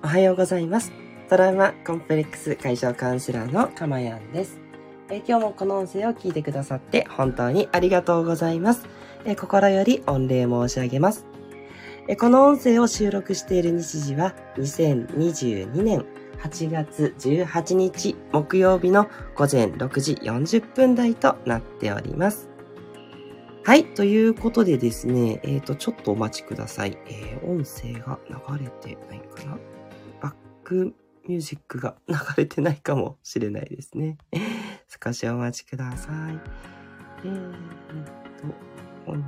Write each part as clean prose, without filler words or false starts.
おはようございます。トラウマコンプレックス解消カウンセラーのかまやんです。今日もこの音声を聞いてくださって本当にありがとうございます。心より御礼申し上げます。この音声を収録している日時は2022年8月18日木曜日の午前6時40分台となっております。はい。ということでですね、ちょっとお待ちください。音声が流れてないかな？バックミュージックが流れてないかもしれないですね。少しお待ちください。ここに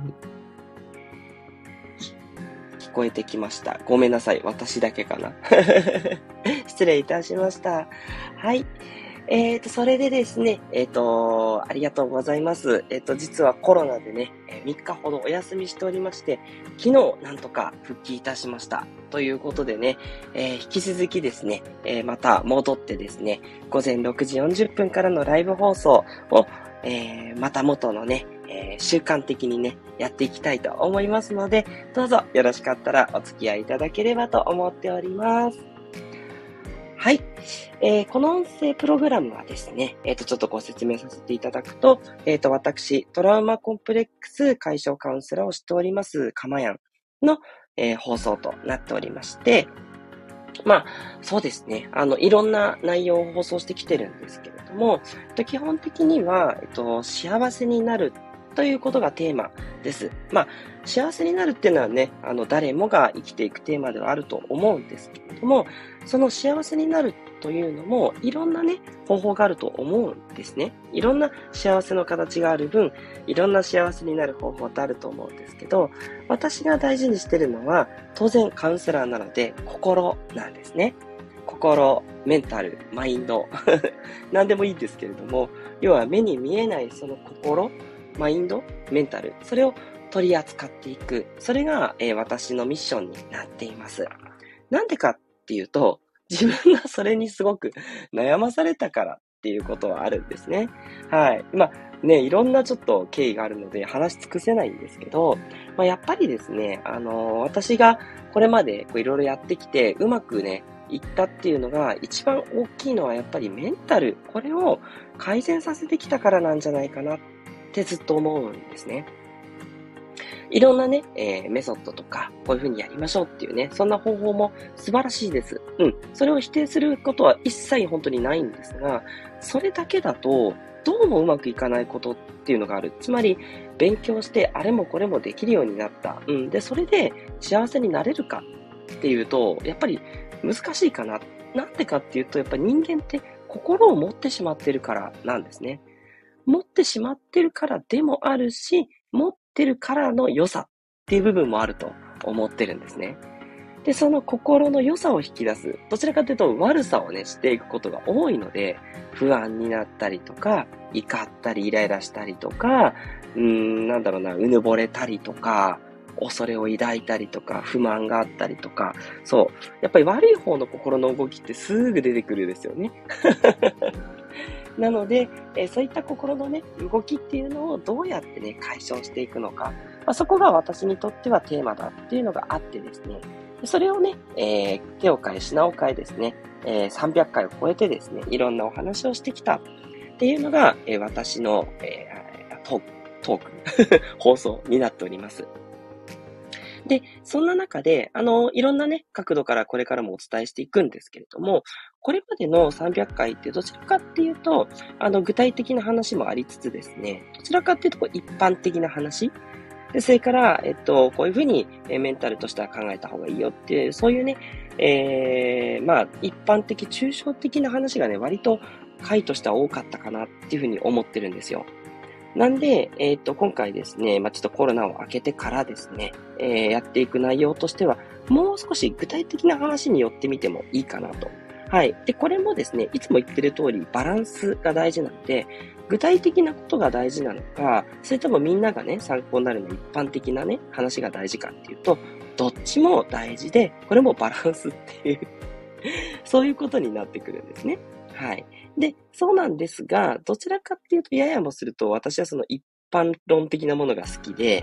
聞こえてきました。ごめんなさい。私だけかな。失礼いたしました。はい。それでですね、ありがとうございます。実はコロナでね、3日ほどお休みしておりまして、昨日なんとか復帰いたしました。ということでね、引き続きですね、また戻ってですね、午前6時40分からのライブ放送を、また元のね、習慣的にね、やっていきたいと思いますので、どうぞよろしかったらお付き合いいただければと思っております。はい。この音声プログラムはですね、ちょっとご説明させていただくと、私、トラウマコンプレックス解消カウンセラーをしております、かまやんの、放送となっておりまして、まあ、そうですね。いろんな内容を放送してきてるんですけれども、基本的には、幸せになるということがテーマです。まあ、幸せになるっていうのはね、誰もが生きていくテーマではあると思うんですけれども、その幸せになるというのも、いろんなね、方法があると思うんですね。いろんな幸せの形がある分、いろんな幸せになる方法ってあると思うんですけど、私が大事にしてるのは、当然カウンセラーなので、心なんですね。心、メンタル、マインド、何でもいいんですけれども、要は目に見えないその心、マインド、メンタル、それを取り扱っていく。それが、私のミッションになっています。なんでかっていうと、自分がそれにすごく悩まされたからっていうことはあるんですね。はい。まあね、いろんなちょっと経緯があるので話し尽くせないんですけど、やっぱりですね、私がこれまでいろいろやってきて、うまくね、いったっていうのが、一番大きいのはやっぱりメンタル。これを改善させてきたからなんじゃないかなってずっと思うんですね。いろんなね、メソッドとか、こういう風にやりましょうっていうね、そんな方法も素晴らしいです。それを否定することは一切本当にないんですが、それだけだと、どうもうまくいかないことっていうのがある。つまり、勉強してあれもこれもできるようになった。で、それで幸せになれるかっていうと、やっぱり難しいかな。なんでかっていうと、やっぱり人間って心を持ってしまってるからなんですね。持ってしまってるからでもあるし、持ってるからの良さっていう部分もあると思ってるんですね。で、その心の良さを引き出す。どちらかというと悪さをね、していくことが多いので、不安になったりとか、怒ったりイライラしたりとか、うぬぼれたりとか、恐れを抱いたりとか、不満があったりとか、そう。やっぱり悪い方の心の動きってすぐ出てくるですよね。なので、そういった心のね、動きっていうのをどうやってね、解消していくのか。そこが私にとってはテーマだっていうのがあってですね。それをね、手を変え品を変えですね、300回を超えてですね、いろんなお話をしてきたっていうのが、私の、トーク放送になっております。で、そんな中で、いろんなね、角度からこれからもお伝えしていくんですけれども、これまでの300回ってどちらかっていうと、具体的な話もありつつですね、どちらかっていうと一般的な話で、それから、こういうふうに、メンタルとしては考えた方がいいよっていう、そういうね、一般的、抽象的な話がね、割と回としては多かったかなっていうふうに思ってるんですよ。なんで、今回ですね、ちょっとコロナを明けてからですね、やっていく内容としては、もう少し具体的な話に寄ってみてもいいかなと。はい。で、これもですね、いつも言ってる通り、バランスが大事なので、具体的なことが大事なのか、それともみんながね、参考になるの一般的なね、話が大事かっていうと、どっちも大事で、これもバランスっていうそういうことになってくるんですね。はい。で、そうなんですが、どちらかっていうと、ややもすると、私はその一般論的なものが好きで、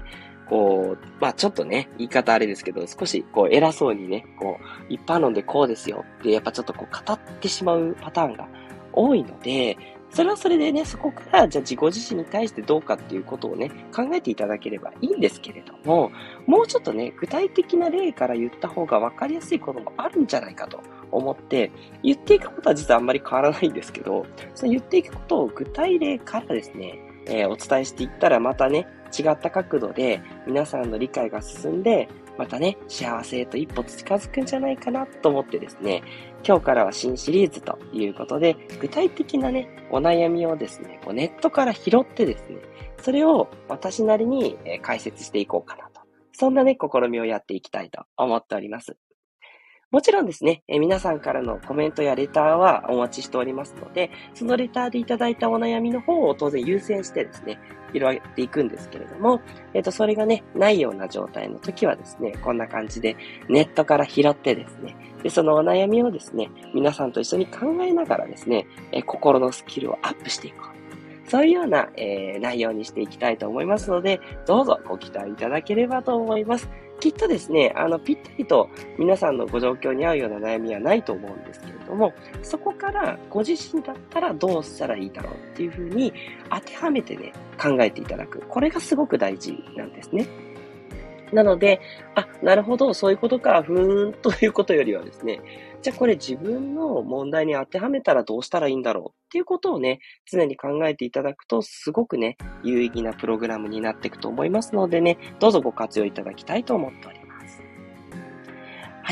ちょっとね、言い方あれですけど、少し偉そうにね、一般論でこうですよって、やっぱちょっと語ってしまうパターンが多いので、それはそれでね、そこからじゃあ自己自身に対してどうかっていうことをね、考えていただければいいんですけれども、もうちょっとね、具体的な例から言った方が分かりやすいこともあるんじゃないかと思って、言っていくことは実はあんまり変わらないんですけど、その言っていくことを具体例からですね、お伝えしていったらまたね、違った角度で皆さんの理解が進んで、またね、幸せへと一歩近づくんじゃないかなと思ってですね、今日からは新シリーズということで、具体的なね、お悩みをですね、ネットから拾ってですね、それを私なりに解説していこうかなと。そんなね、試みをやっていきたいと思っております。もちろんですね、皆さんからのコメントやレターはお待ちしておりますので、そのレターでいただいたお悩みの方を当然優先してですね、拾っていくんですけれども、それがね、ないような状態の時はですね、こんな感じでネットから拾ってですね、で、そのお悩みをですね、皆さんと一緒に考えながらですね、心のスキルをアップしていこう。そういうような、内容にしていきたいと思いますので、どうぞご期待いただければと思います。きっとですね、ぴったりと皆さんのご状況に合うような悩みはないと思うんですけれども、そこからご自身だったらどうしたらいいだろうっていうふうに当てはめてね、考えていただく。これがすごく大事なんですね。なので、なるほど、そういうことか、ということよりはですね、じゃあこれ自分の問題に当てはめたらどうしたらいいんだろうっていうことをね、常に考えていただくと、すごくね、有意義なプログラムになっていくと思いますのでね、どうぞご活用いただきたいと思っております。はい、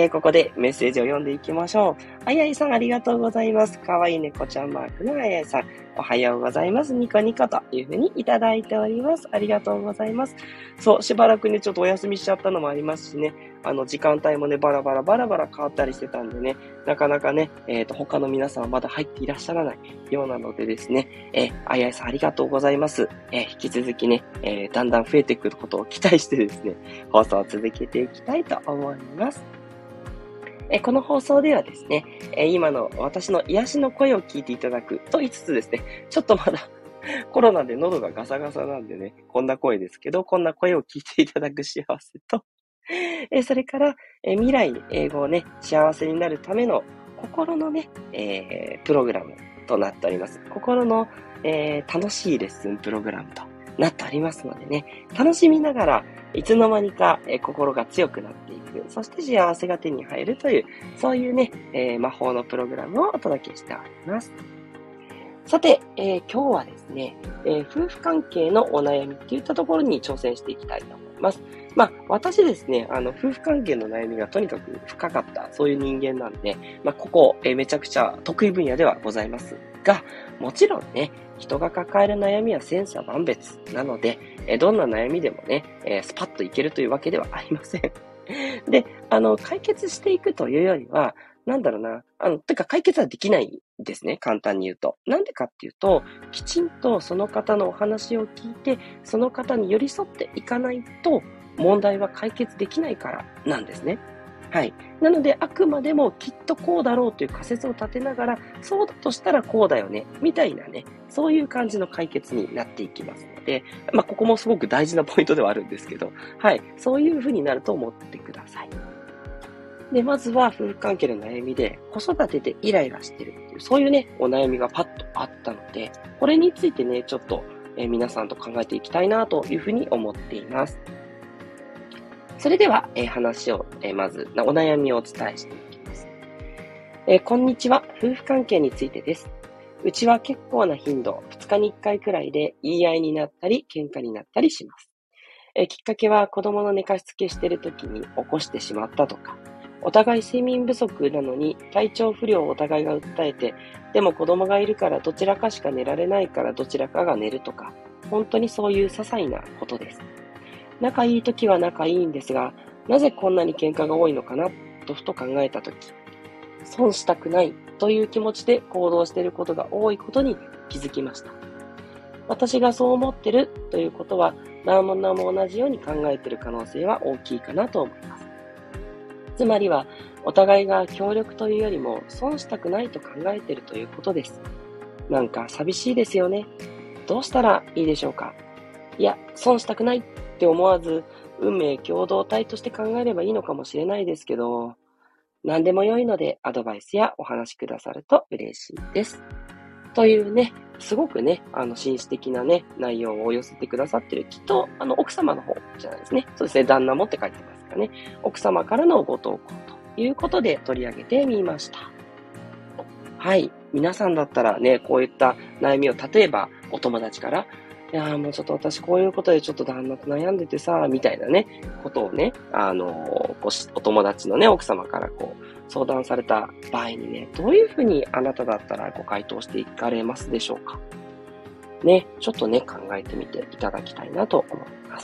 ここでメッセージを読んでいきましょう。あやいさんありがとうございます。かわいい猫ちゃんマークのあやいさん。おはようございます。ニコニコというふうにいただいております。ありがとうございます。そう、しばらくね、ちょっとお休みしちゃったのもありますしね、時間帯もね、バラバラ変わったりしてたんでね、なかなかね、他の皆さんはまだ入っていらっしゃらないようなのでですね、あやいさんありがとうございます。引き続きね、だんだん増えてくることを期待してですね、放送を続けていきたいと思います。この放送ではですね、今の私の癒しの声を聞いていただくと言いつつですね、ちょっとまだコロナで喉がガサガサなんでね、こんな声ですけど、こんな声を聞いていただく幸せと、それから、未来英語をね、幸せになるための心のね、プログラムとなっております。心の、楽しいレッスンプログラムとなっておりますのでね、楽しみながらいつの間にか、心が強くなっていく、そして幸せが手に入るという、そういうね、魔法のプログラムをお届けしております。さて、今日はですね、夫婦関係のお悩みっていったところに挑戦していきたいと思います。私ですね、夫婦関係の悩みがとにかく深かった、そういう人間なんで、ここ、めちゃくちゃ得意分野ではございますが、もちろんね、人が抱える悩みは千差万別なので、どんな悩みでもね、スパッといけるというわけではありません。で、解決していくというよりは、解決はできないんですね。簡単に言うと。なんでかっていうと、きちんとその方のお話を聞いて、その方に寄り添っていかないと、問題は解決できないからなんですね。はい。なので、あくまでもきっとこうだろうという仮説を立てながら、そうだとしたらこうだよね、みたいなね、そういう感じの解決になっていきますので、ここもすごく大事なポイントではあるんですけど、はい。そういう風になると思ってください。で、まずは夫婦関係の悩みで、子育てでイライラしてるっていう、そういうね、お悩みがパッとあったので、これについてね、ちょっと、皆さんと考えていきたいなというふうに思っています。それでは、話を、まず、お悩みをお伝えしていきます。こんにちは。夫婦関係についてです。うちは結構な頻度、2日に1回くらいで言い合いになったり、喧嘩になったりします。きっかけは子供の寝かしつけしてる時に起こしてしまったとか、お互い睡眠不足なのに体調不良をお互いが訴えて、でも子供がいるからどちらかしか寝られないからどちらかが寝るとか、本当にそういう些細なことです。仲いい時は仲いいんですが、なぜこんなに喧嘩が多いのかなとふと考えた時、損したくないという気持ちで行動していることが多いことに気づきました。私がそう思ってるということは、何も同じように考えている可能性は大きいかなと思います。つまりは、お互いが協力というよりも損したくないと考えているということです。なんか寂しいですよね。どうしたらいいでしょうか。いや、損したくないって思わず、運命共同体として考えればいいのかもしれないですけど、何でも良いのでアドバイスやお話しくださると嬉しいです。というね、すごくね、紳士的なね、内容を寄せてくださってる、きっと、奥様の方じゃないですね。そうですね、旦那もって書いてますからね。奥様からのご投稿ということで取り上げてみました。はい。皆さんだったらね、こういった悩みを、例えばお友達から、いやーもうちょっと私こういうことでちょっと旦那と悩んでてさ、みたいなね、ことをね、お友達のね、奥様から相談された場合にね、どういうふうにあなただったら回答していかれますでしょうか。ね、ちょっとね、考えてみていただきたいなと思います。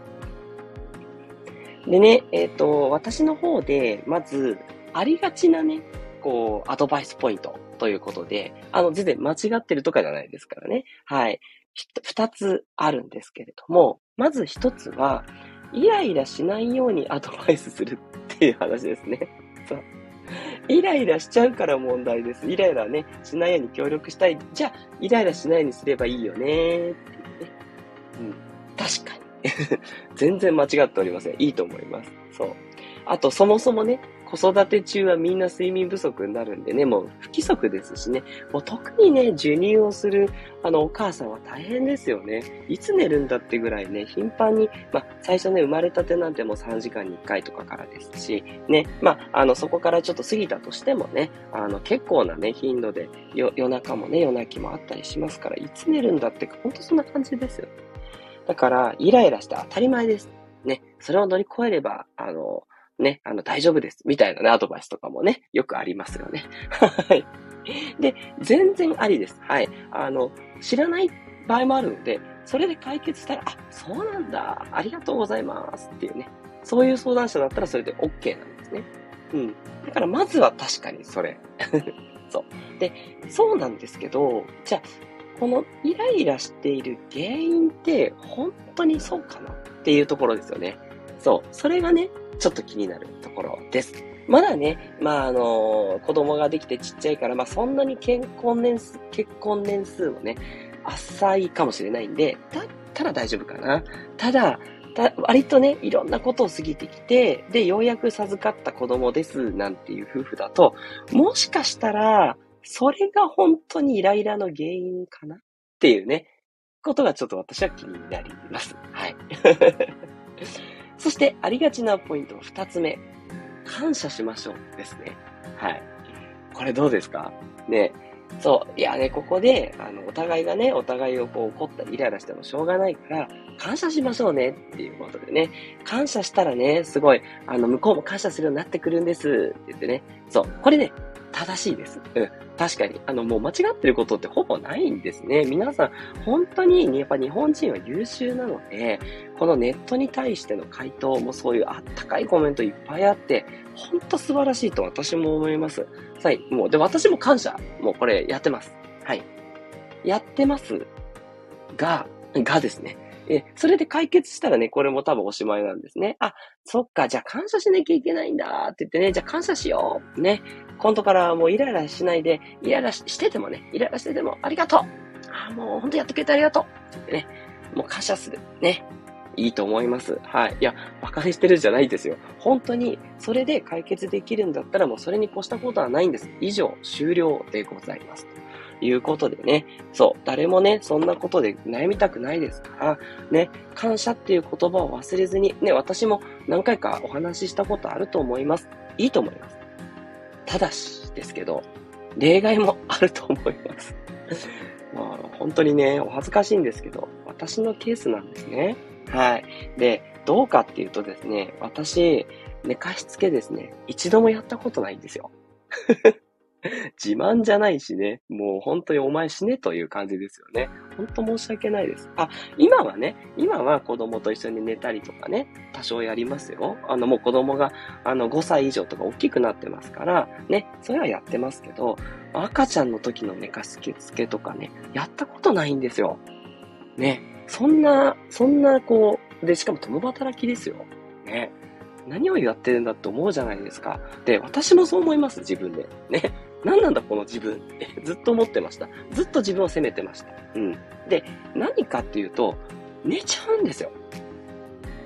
でね、私の方で、まず、ありがちなね、アドバイスポイントということで、全然間違ってるとかじゃないですからね。はい。二つあるんですけれども、まず一つは、イライラしないようにアドバイスするっていう話ですね。そう。イライラしちゃうから問題です。イライラね、しないように協力したい。じゃあ、イライラしないようにすればいいよねっていうね。うん。確かに。全然間違っておりません。いいと思います。そう。あと、そもそもね、子育て中はみんな睡眠不足になるんでね、もう不規則ですしね、もう特にね、授乳をする、お母さんは大変ですよね。いつ寝るんだってぐらいね、頻繁に、最初ね、生まれたてなんてもう3時間に1回とかからですし、ね、そこからちょっと過ぎたとしてもね、結構なね、頻度で、夜中もね、夜泣きもあったりしますから、いつ寝るんだって、ほんとそんな感じですよ。だから、イライラして当たり前です。ね、それを乗り越えれば、大丈夫です。みたいなね、アドバイスとかもね、よくありますよね。はい。で、全然ありです。はい。知らない場合もあるので、それで解決したら、あ、そうなんだ。ありがとうございますっていうね。そういう相談者だったらそれで OK なんですね。うん。だからまずは確かにそれ。そう。で、そうなんですけど、じゃあ、このイライラしている原因って本当にそうかなっていうところですよね。そう。それがね、ちょっと気になるところです。まだね、子供ができてちっちゃいから、そんなに結婚年数もね、浅いかもしれないんで、だったら大丈夫かな。ただ、割とね、いろんなことを過ぎてきて、で、ようやく授かった子供です、なんていう夫婦だと、もしかしたら、それが本当にイライラの原因かなっていうね、ことがちょっと私は気になります。はい。そして、ありがちなポイント二つ目。感謝しましょうですね。はい。これどうですかね。そう。いやね、ここで、お互いがね、お互いを怒ったりイライラしてもしょうがないから、感謝しましょうねっていうことでね。感謝したらね、すごい、向こうも感謝するようになってくるんですって言ってね。そう。これね、正しいです。うん。確かに。もう間違ってることってほぼないんですね。皆さん、本当に、やっぱ日本人は優秀なので、このネットに対しての回答もそういうあったかいコメントいっぱいあって、本当素晴らしいと私も思います。はい。もう、で、私も感謝。もうこれやってます。はい。やってますがですね。それで解決したらね、これも多分おしまいなんですね。あ、そっか、じゃあ感謝しなきゃいけないんだって言ってね、じゃあ感謝しよう。ね。今度からもうイライラしないで、イライラしててもね、イライラしててもありがとう。あ、もう本当やってくれてありがとう。って言ってね、もう感謝する。ね。いいと思います。はい。いや、馬鹿にしてるじゃないですよ。本当に、それで解決できるんだったらもうそれに越したことはないんです。以上、終了でございます。ということでね、そう、誰もね、そんなことで悩みたくないですから、ね、感謝っていう言葉を忘れずに、ね、私も何回かお話ししたことあると思います。いいと思います。ただしですけど、例外もあると思います。本当にね、お恥ずかしいんですけど、私のケースなんですね。はい。で、どうかっていうとですね、私、寝かしつけですね、一度もやったことないんですよ。自慢じゃないしね、もう本当にお前死ねという感じですよね。本当申し訳ないです。今は子供と一緒に寝たりとかね、多少やりますよ。もう子供が、5歳以上とか大きくなってますから、ね、それはやってますけど、赤ちゃんの時の寝かしつけとかね、やったことないんですよ。ね、そんな、で、しかも共働きですよ。ね。何をやってるんだって思うじゃないですか。で、私もそう思います、自分で。ね。何なんだこの自分ってずっと思ってました。ずっと自分を責めてました。うん。で、何かっていうと、寝ちゃうんですよ。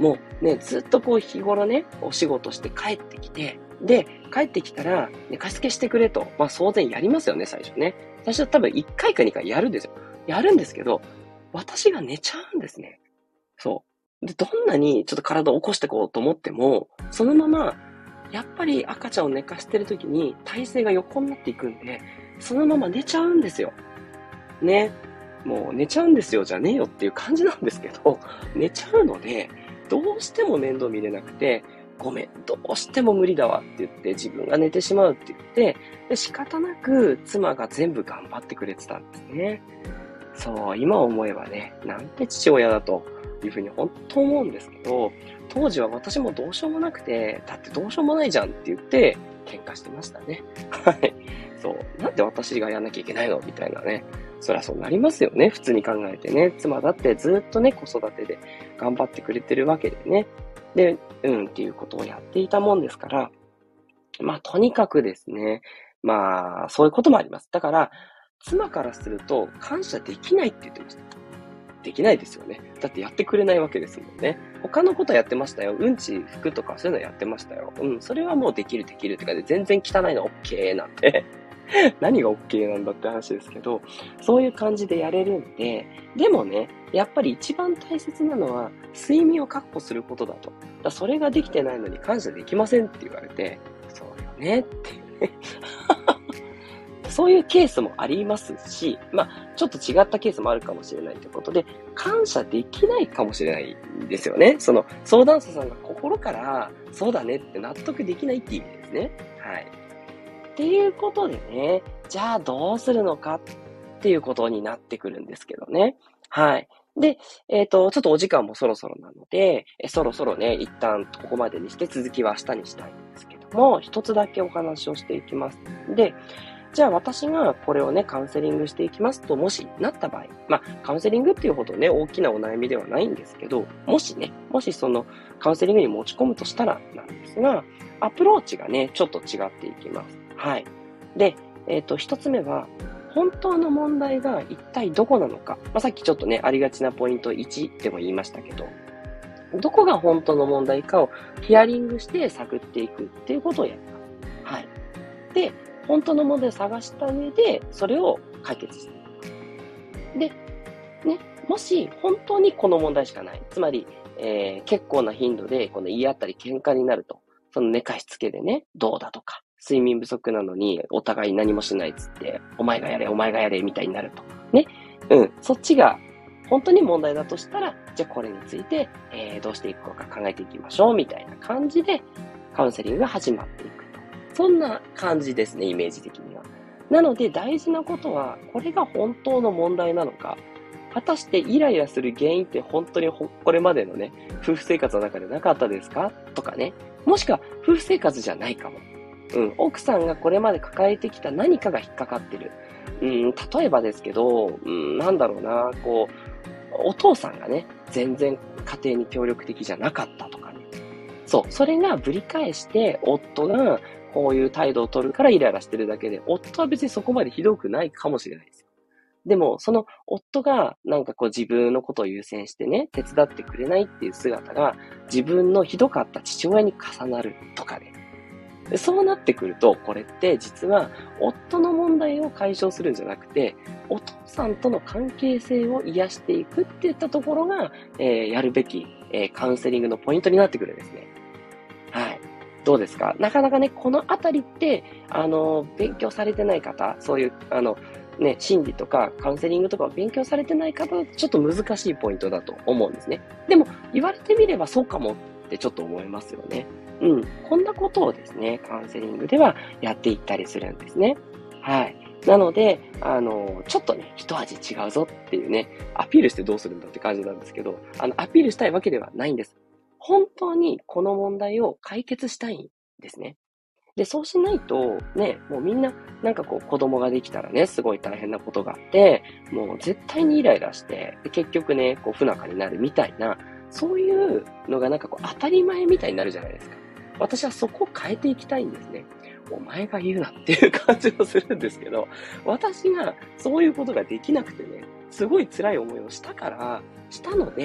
もうね、ずっとこう日頃ね、お仕事して帰ってきて、で、帰ってきたら、寝かしつけしてくれと。まあ、当然やりますよね、最初ね。最初は多分1回か2回やるんですよ。やるんですけど、私が寝ちゃうんですね。そう。で、どんなにちょっと体を起こしてこうと思っても、そのまま、やっぱり赤ちゃんを寝かしてる時に体勢が横になっていくんで、そのまま寝ちゃうんですよ。ね。もう寝ちゃうんですよじゃねえよっていう感じなんですけど、寝ちゃうので、どうしても面倒見れなくて、ごめん、どうしても無理だわって言って、自分が寝てしまうって言って、で仕方なく妻が全部頑張ってくれてたんですね。そう、今思えばね、なんて父親だというふうに本当思うんですけど、当時は私もどうしようもなくて、だってどうしようもないじゃんって言って喧嘩してましたね。はい。そう。なんで私がやんなきゃいけないのみたいなね。そりゃそうなりますよね。普通に考えてね。妻だってずっとね、子育てで頑張ってくれてるわけでね。で、っていうことをやっていたもんですから、まあ、とにかくですね、まあ、そういうこともあります。だから、妻からすると感謝できないって言ってました。できないですよね。だってやってくれないわけですもんね。他のことやってましたよ。うんち拭くとかそういうのやってましたよ。それはもうできるってかで全然汚いの OK なんて何が OK なんだって話ですけど、そういう感じでやれるんで、でもね、やっぱり一番大切なのは睡眠を確保することだと。それができてないのに感謝できませんって言われて、そうよねっていうね。そういうケースもありますし、まあ、ちょっと違ったケースもあるかもしれないということで、感謝できないかもしれないんですよね。その相談者さんが心から、そうだねって納得できないっていう意味ですね。はい。っていうことでね、じゃあどうするのかっていうことになってくるんですけどね。はい。で、ちょっとお時間もそろそろなので、そろそろね、一旦ここまでにして続きは明日にしたいんですけども、一つだけお話をしていきます。で、じゃあ私がこれをね、カウンセリングしていきますと、もしなった場合、まあ、カウンセリングっていうほどね、大きなお悩みではないんですけど、もしそのカウンセリングに持ち込むとしたらなんですが、アプローチがね、ちょっと違っていきます。はい。で、一つ目は、本当の問題が一体どこなのか。まあ、さっきちょっとね、ありがちなポイント1でも言いましたけど、どこが本当の問題かをヒアリングして探っていくっていうことをやります。はい。で、本当の問題を探した上で、それを解決していく。で、ね、もし本当にこの問題しかない。つまり、結構な頻度でこの言い合ったり喧嘩になると。その寝かしつけでね、どうだとか、睡眠不足なのにお互い何もしないっつって、お前がやれ、みたいになると。ね。そっちが本当に問題だとしたら、じゃあこれについて、どうしていくか考えていきましょう、みたいな感じで、カウンセリングが始まっていくと。そんな感じですね、イメージ的には。なので大事なことは、これが本当の問題なのか、果たしてイライラする原因って本当にこれまでのね、夫婦生活の中でなかったですかとかね。もしくは夫婦生活じゃないかも。奥さんがこれまで抱えてきた何かが引っかかってる。例えばですけど、なんだろうな、こう、お父さんがね、全然家庭に協力的じゃなかったとかね。そう、それがぶり返して、夫がこういう態度を取るからイライラしてるだけで、夫は別にそこまでひどくないかもしれないですよ。でも、その夫がなんかこう自分のことを優先してね、手伝ってくれないっていう姿が自分のひどかった父親に重なるとかね。そうなってくると、これって実は夫の問題を解消するんじゃなくて、お父さんとの関係性を癒していくっていったところが、やるべき、カウンセリングのポイントになってくるんですね。はい。どうですか？なかなかね、このあたりって、勉強されてない方、そういう、心理とかカウンセリングとかを勉強されてない方だとちょっと難しいポイントだと思うんですね。でも、言われてみればそうかもってちょっと思いますよね。こんなことをですね、カウンセリングではやっていったりするんですね。はい。なので、ちょっとね、一味違うぞっていうね、アピールしてどうするんだって感じなんですけど、アピールしたいわけではないんです。本当にこの問題を解決したいんですね。で、そうしないと、ね、もうみんな、なんかこう子供ができたらね、すごい大変なことがあって、もう絶対にイライラして、で結局ね、こう不仲になるみたいな、そういうのがなんかこう当たり前みたいになるじゃないですか。私はそこを変えていきたいんですね。お前が言うなっていう感じをするんですけど、私がそういうことができなくてね、すごい辛い思いをしたので、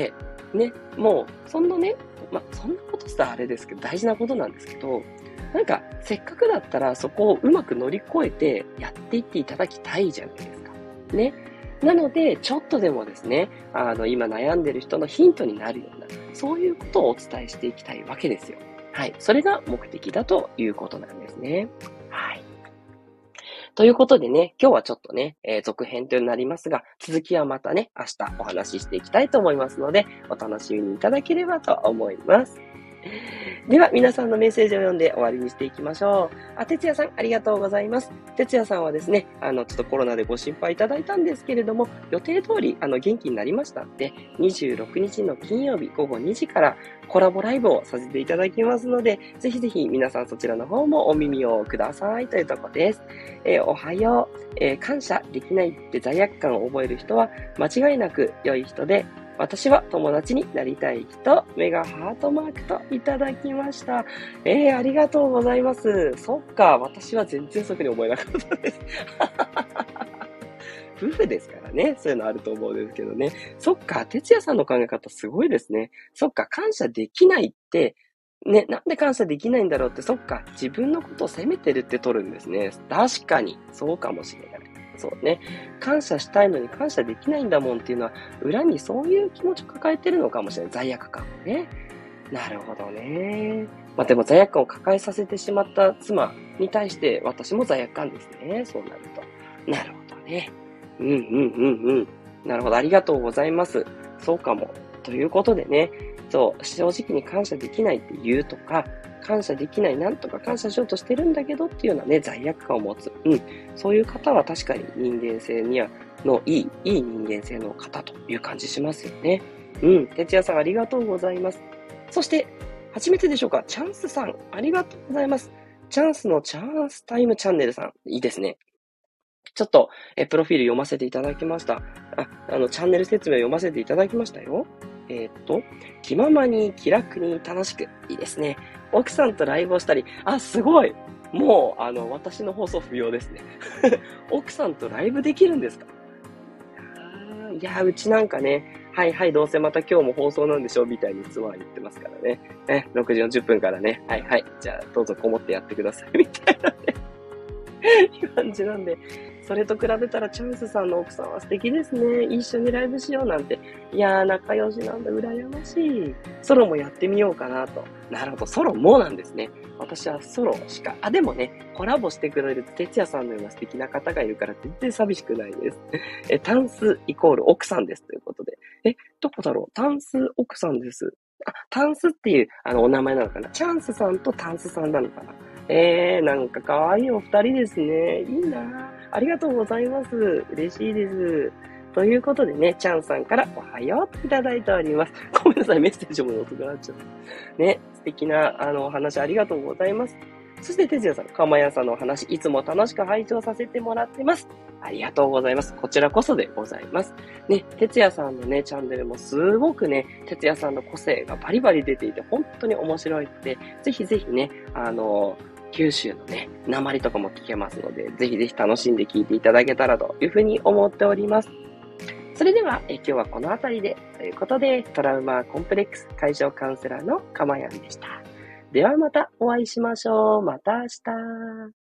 ね、もう、そんなね、そんなことさ、あれですけど、大事なことなんですけど、なんか、せっかくだったらそこをうまく乗り越えてやっていっていただきたいじゃないですか。ね。なので、ちょっとでもですね、今悩んでる人のヒントになるような、そういうことをお伝えしていきたいわけですよ。はい。それが目的だということなんですね。はい。ということでね、今日はちょっとね、続編となりますが、続きはまたね、明日お話ししていきたいと思いますので、お楽しみにいただければと思います。では、皆さんのメッセージを読んで終わりにしていきましょう。哲也さん、ありがとうございます。哲也さんはですね、ちょっとコロナでご心配いただいたんですけれども、予定通り、元気になりましたので、26日の金曜日午後2時からコラボライブをさせていただきますので、ぜひぜひ皆さんそちらの方もお耳をくださいというところです。おはよう、感謝できないって罪悪感を覚える人は、間違いなく良い人で、私は友達になりたい人、メガハートマークといただきました。ありがとうございます。そっか、私は全然そういうふうに思えなかったです。夫婦ですからね、そういうのあると思うんですけどね。そっか、哲也さんの考え方すごいですね。そっか、感謝できないって、ね、なんで感謝できないんだろうって、そっか、自分のことを責めてるって取るんですね。確かに、そうかもしれない。そうね。感謝したいのに感謝できないんだもんっていうのは、裏にそういう気持ちを抱えてるのかもしれない。罪悪感をね。なるほどね。でも罪悪感を抱えさせてしまった妻に対して私も罪悪感ですね。そうなると。なるほどね。うんうんうんうん。なるほど。ありがとうございます。そうかも。ということでね。そう、正直に感謝できないって言うとか、感謝できない、なんとか感謝しようとしてるんだけどっていうようなね、罪悪感を持つ。うん。そういう方は確かに人間性には、いい人間性の方という感じしますよね。うん。哲也さんありがとうございます。そして、初めてでしょうか、チャンスさん、ありがとうございます。チャンスのチャンスタイムチャンネルさん、いいですね。ちょっと、プロフィール読ませていただきました。チャンネル説明を読ませていただきましたよ。気ままに気楽に楽しく、いいですね。奥さんとライブをしたり、すごい。もう、私の放送不要ですね。奥さんとライブできるんですか？いやー、うちなんかね、はいはい、どうせまた今日も放送なんでしょみたいに妻は言ってますからね。6時40分からね、はいはい、じゃあどうぞこもってやってください、みたいなね、感じなんで、それと比べたらチャンスさんの奥さんは素敵ですね。一緒にライブしようなんて。いやー、仲良しなんだ、羨ましい。ソロもやってみようかなと。なるほど、ソロもなんですね。私はソロしか、でもね、コラボしてくれる哲也さんのような素敵な方がいるから全然寂しくないです。タンスイコール奥さんですということで。どこだろう？タンス奥さんです。タンスっていう、お名前なのかな？チャンスさんとタンスさんなのかな？なんか可愛いお二人ですね。いいな。ありがとうございます。嬉しいです。ということでね、チャンさんからおはようといただいております。ごめんなさい、メッセージも遅くなっちゃった。ね、素敵な、お話ありがとうございます。そして、哲也さん、かまやさんのお話、いつも楽しく拝聴させてもらってます。ありがとうございます。こちらこそでございます。ね、哲也さんのね、チャンネルもすごくね、哲也さんの個性がバリバリ出ていて、本当に面白いって、ぜひぜひね、九州のね、訛りとかも聞けますので、ぜひぜひ楽しんで聞いていただけたらというふうに思っております。それでは、今日はこの辺りで、ということで、トラウマコンプレックス解消カウンセラーのかまやんでした。ではまたお会いしましょう。また明日。